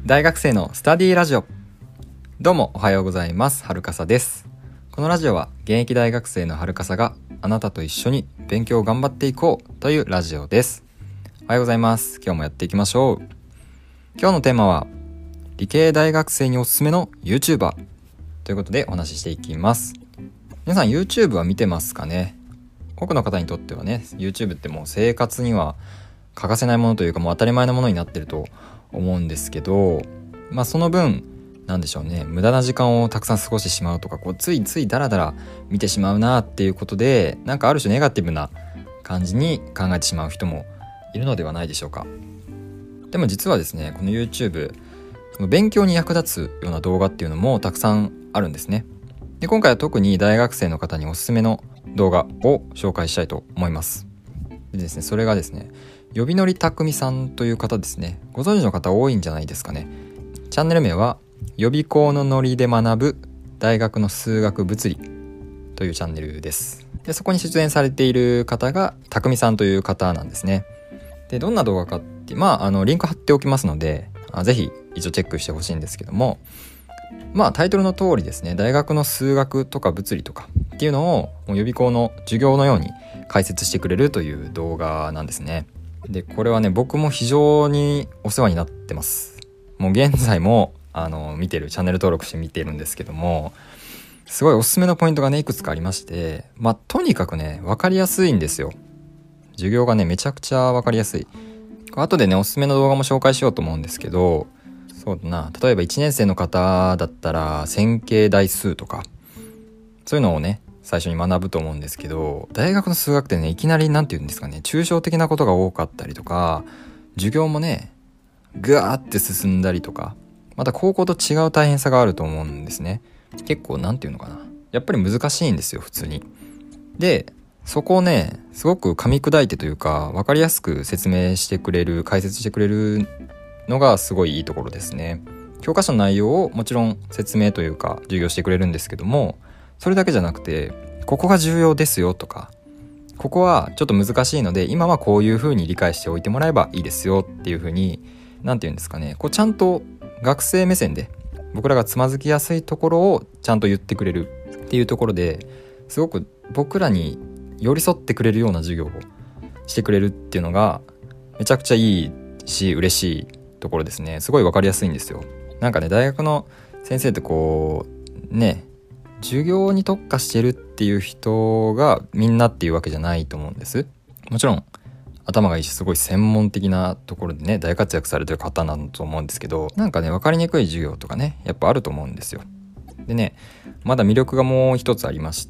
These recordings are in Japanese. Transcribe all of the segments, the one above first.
大学生のスタディラジオ。どうもおはようございます。はるかさです。このラジオは現役大学生のはるかさがあなたと一緒に勉強を頑張っていこうというラジオです。おはようございます。今日もやっていきましょう。今日のテーマは理系大学生におすすめの YouTuber ということでお話ししていきます。皆さん YouTube は見てますかね。多くの方にとってはね YouTube ってもう生活には欠かせないものというかもう当たり前のものになってると思うんですけど、その分なんでしょうね、無駄な時間をたくさん過ごしてしまうとか、ついついダラダラ見てしまうなっていうことで、ある種ネガティブな感じに考えてしまう人もいるのではないでしょうか。でも実はですね、この YouTube 勉強に役立つような動画っていうのもたくさんあるんですね。で、今回は特に大学生の方におすすめの動画を紹介したいと思います。でですね、それがですね、呼びのりたくみさんという方ですね。ご存知の方多いんじゃないですかね。チャンネル名は予備校のノリで学ぶ大学の数学物理というチャンネルです。で、そこに出演されている方がたくみさんという方なんですね。で、どんな動画かってリンク貼っておきますので、ぜひ一度チェックしてほしいんですけども、タイトルの通りですね、大学の数学とか物理とかっていうのをもう予備校の授業のように解説してくれるという動画なんですね。で、これはね、僕も非常にお世話になってます。もう現在も見てる、チャンネル登録して見てるんですけども、すごいおすすめのポイントがねいくつかありまして、とにかくね分かりやすいんですよ。授業がねめちゃくちゃ分かりやすい。後でねおすすめの動画も紹介しようと思うんですけど、そうだな、例えば1年生の方だったら線形代数とかそういうのをね最初に学ぶと思うんですけど、大学の数学ってねいきなり抽象的なことが多かったりとか、授業もねぐわーって進んだりとか、また高校と違う大変さがあると思うんですね。結構やっぱり難しいんですよ、普通に。で、そこをねすごく噛み砕いてというか分かりやすく説明してくれる、解説してくれるのがすごいいいところですね。教科書の内容をもちろん説明というか授業してくれるんですけども、それだけじゃなくて、ここが重要ですよとか、ここはちょっと難しいので今はこういう風に理解しておいてもらえばいいですよっていう風に、ちゃんと学生目線で僕らがつまずきやすいところをちゃんと言ってくれるっていうところで、すごく僕らに寄り添ってくれるような授業をしてくれるっていうのがめちゃくちゃいいし嬉しいところですね。すごい分かりやすいんですよ。大学の先生って授業に特化してるっていう人がみんなっていうわけじゃないと思うんです。もちろん頭がいいしすごい専門的なところでね大活躍されてる方なんだと思うんですけど、分かりにくい授業とかねやっぱあると思うんですよ。でね、まだ魅力がもう一つありまして、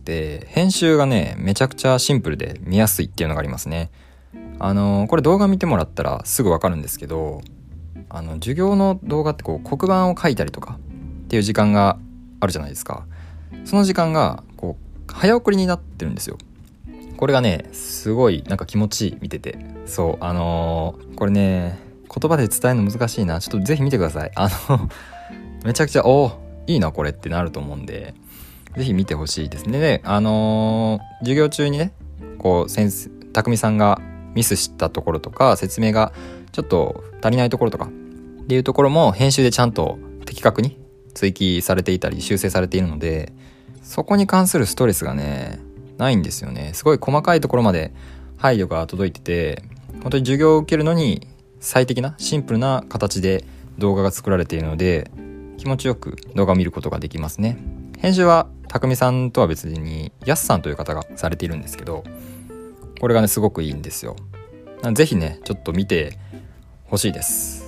編集がねめちゃくちゃシンプルで見やすいっていうのがありますね。これ動画見てもらったらすぐ分かるんですけど、授業の動画って黒板を書いたりとかっていう時間があるじゃないですか。その時間が早送りになってるんですよ。これがねすごい気持ちいい、見てて。そうこれね言葉で伝えるの難しいな。ちょっとぜひ見てください。めちゃくちゃいいなこれってなると思うんで、ぜひ見てほしいですね。で、授業中にね先生たくみさんがミスしたところとか説明がちょっと足りないところとかっていうところも編集でちゃんと的確に追記されていたり修正されているので、そこに関するストレスがねないんですよね。すごい細かいところまで配慮が届いてて、本当に授業を受けるのに最適なシンプルな形で動画が作られているので、気持ちよく動画を見ることができますね。編集はたくみさんとは別にやすさんという方がされているんですけど、これがねすごくいいんですよ。ぜひねちょっと見てほしいです。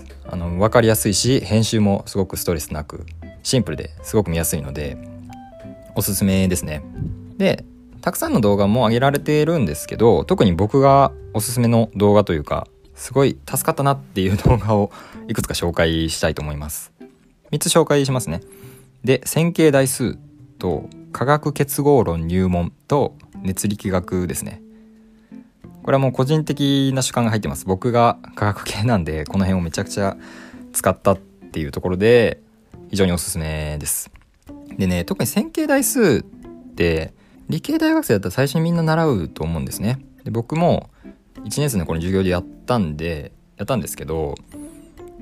分かりやすいし、編集もすごくストレスなくシンプルですごく見やすいのでおすすめですね。で、たくさんの動画も上げられているんですけど、特に僕がおすすめの動画というかすごい助かったなっていう動画をいくつか紹介したいと思います。3つ紹介しますね。で、線形代数と化学結合論入門と熱力学ですね。これはもう個人的な主観が入ってます。僕が化学系なんでこの辺をめちゃくちゃ使ったっていうところで非常におすすめです。でね、特に線形代数って理系大学生だったら最初にみんな習うと思うんですね。で、僕も1年生の頃に授業でやったんですけど、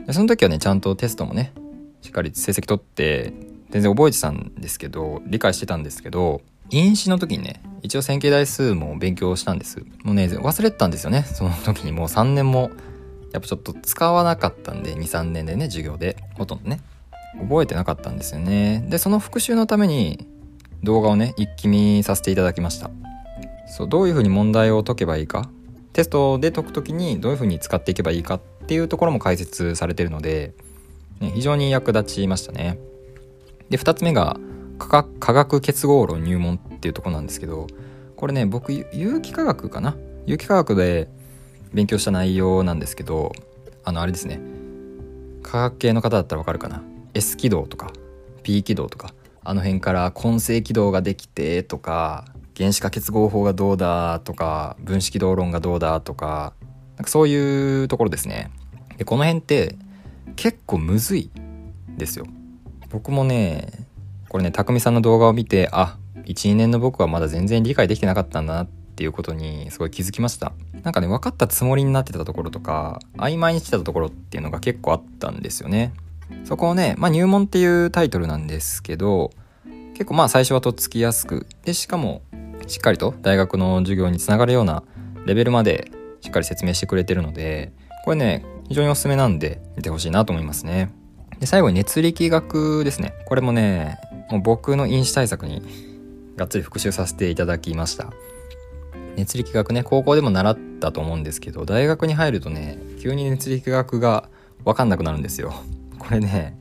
でその時はねちゃんとテストもねしっかり成績取って全然覚えてたんですけど、理解してたんですけど、飲酒の時にね一応線形代数も勉強したんです。もうね忘れてたんですよね。その時にもう3年もやっぱちょっと使わなかったんで、 2,3 年でね授業でほとんどね覚えてなかったんですよね。でその復習のために動画をね一気見させていただきました。そうどういうふうに問題を解けばいいか、テストで解くときにどういうふうに使っていけばいいかっていうところも解説されているので、ね、非常に役立ちましたね。で2つ目が化学結合論入門っていうところなんですけど、これね僕有機化学かな、有機化学で勉強した内容なんですけど、あれですね、化学系の方だったらわかるかな、 S 軌道とか P 軌道とかあの辺から混成軌道ができてとか、原子化結合法がどうだとか、分子軌道論がどうだとか、なんかそういうところですね。でこの辺って結構むずいですよ。僕もねこれね匠さんの動画を見て、1,2 年の僕はまだ全然理解できてなかったんだなっていうことにすごい気づきました。なんかね分かったつもりになってたところとか曖昧にしてたところっていうのが結構あったんですよね。そこをね、入門っていうタイトルなんですけど、結構最初はとっつきやすくで、しかもしっかりと大学の授業につながるようなレベルまでしっかり説明してくれてるので、これね非常におすすめなんで見てほしいなと思いますね。で最後に熱力学ですね。これもねもう僕の飲酒対策にがっつり復習させていただきました。熱力学ね高校でも習ったと思うんですけど、大学に入るとね急に熱力学が分かんなくなるんですよ。これね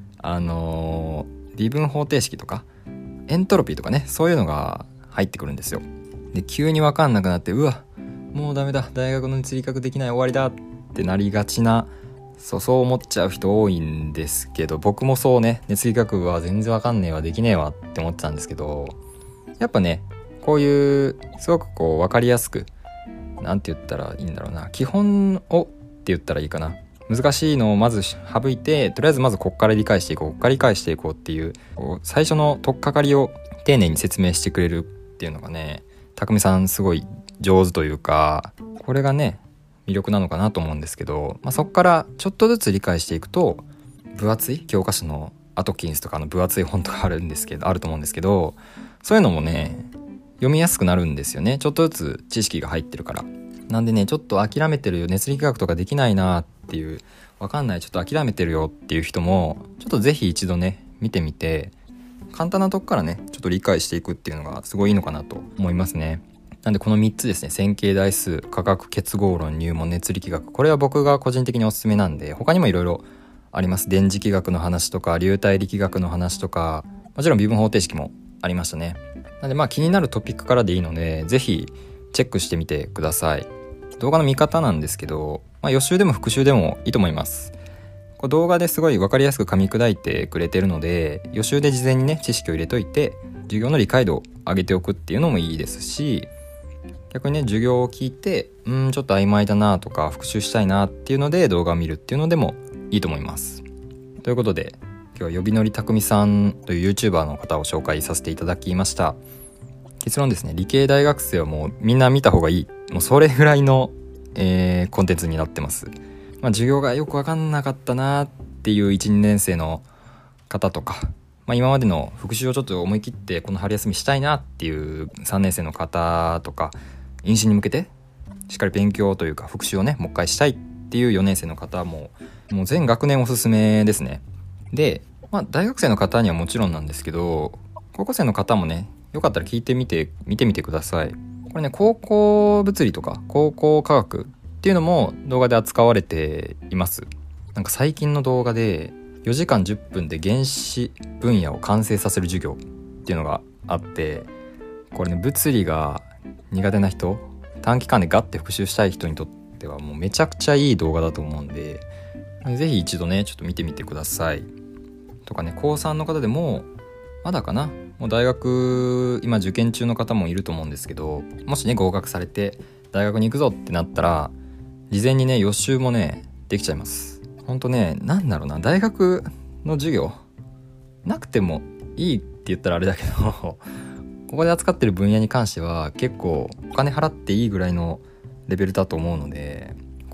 微分方程式とかエントロピーとかねそういうのが入ってくるんですよ。で急に分かんなくなって、うわもうダメだ、大学の熱力学できない、終わりだってなりがちな、そう思っちゃう人多いんですけど、僕もそうね、熱力学は全然分かんねえわ、できねえわって思ってたんですけど、やっぱねこういうすごくこう分かりやすく、なんて言ったらいいんだろうな、基本をって言ったらいいかな、難しいのをまず省いて、とりあえずまずこっから理解していこう、こっから理解していこうっていう、最初の取っかかりを丁寧に説明してくれるっていうのがね、匠さんすごい上手というか、これがね魅力なのかなと思うんですけど、そっからちょっとずつ理解していくと、分厚い教科書のアトキンスとかの分厚い本とかあると思うんですけど、そういうのもね読みやすくなるんですよね。ちょっとずつ知識が入ってるから。なんでねちょっと諦めてるよ、熱力学とかできないなっていう、わかんない、ちょっと諦めてるよっていう人もちょっとぜひ一度ね見てみて、簡単なとこからねちょっと理解していくっていうのがすごいいいのかなと思いますね。なんでこの3つですね、線形代数、化学結合論入門、熱力学、これは僕が個人的におすすめなんで、他にもいろいろあります。電磁気学の話とか流体力学の話とか、もちろん微分方程式もありましたね。なんで気になるトピックからでいいのでぜひチェックしてみてください。動画の見方なんですけど、予習でも復習でもいいと思います。こう動画ですごい分かりやすく噛み砕いてくれてるので、予習で事前にね知識を入れといて授業の理解度を上げておくっていうのもいいですし、逆にね授業を聞いてちょっと曖昧だなとか復習したいなっていうので動画を見るっていうのでもいいと思います。ということで今日は呼び乗りたくみさんという YouTuber の方を紹介させていただきました。結論ですね、理系大学生はもうみんな見た方がいい、もうそれぐらいの、コンテンツになってます。授業がよく分かんなかったなっていう 1,2 年生の方とか、今までの復習をちょっと思い切ってこの春休みしたいなっていう3年生の方とか、飲酒に向けてしっかり勉強というか復習をねもう一回したいっていう4年生の方はもう全学年おすすめですね。で、大学生の方にはもちろんなんですけど、高校生の方もねよかったら見てみてください。これね高校物理とか高校科学っていうのも動画で扱われています。なんか最近の動画で4時間10分で原子分野を完成させる授業っていうのがあって、これね物理が苦手な人、短期間でガッて復習したい人にとってはもうめちゃくちゃいい動画だと思うんで、ぜひ一度ねちょっと見てみてください。とかね、高3の方でもまだかな、もう大学今受験中の方もいると思うんですけど、もしね合格されて大学に行くぞってなったら事前にね予習もねできちゃいます。ほんとね、なんだろうな、大学の授業なくてもいいって言ったらあれだけどここで扱ってる分野に関しては結構お金払っていいぐらいのレベルだと思うので、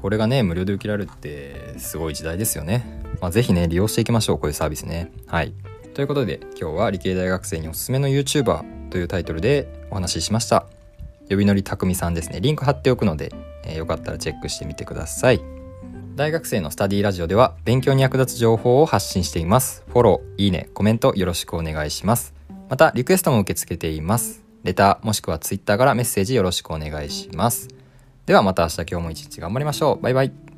これがね無料で受けられるってすごい時代ですよね。ぜひね利用していきましょう、こういうサービスね。はい、ということで今日は理系大学生におすすめの YouTuber というタイトルでお話ししました。呼び乗りたくみさんですね。リンク貼っておくので、よかったらチェックしてみてください。大学生のスタディラジオでは勉強に役立つ情報を発信しています。フォロー、いいね、コメントよろしくお願いします。またリクエストも受け付けています。レターもしくは Twitter からメッセージよろしくお願いします。ではまた明日、今日も一日頑張りましょう。バイバイ。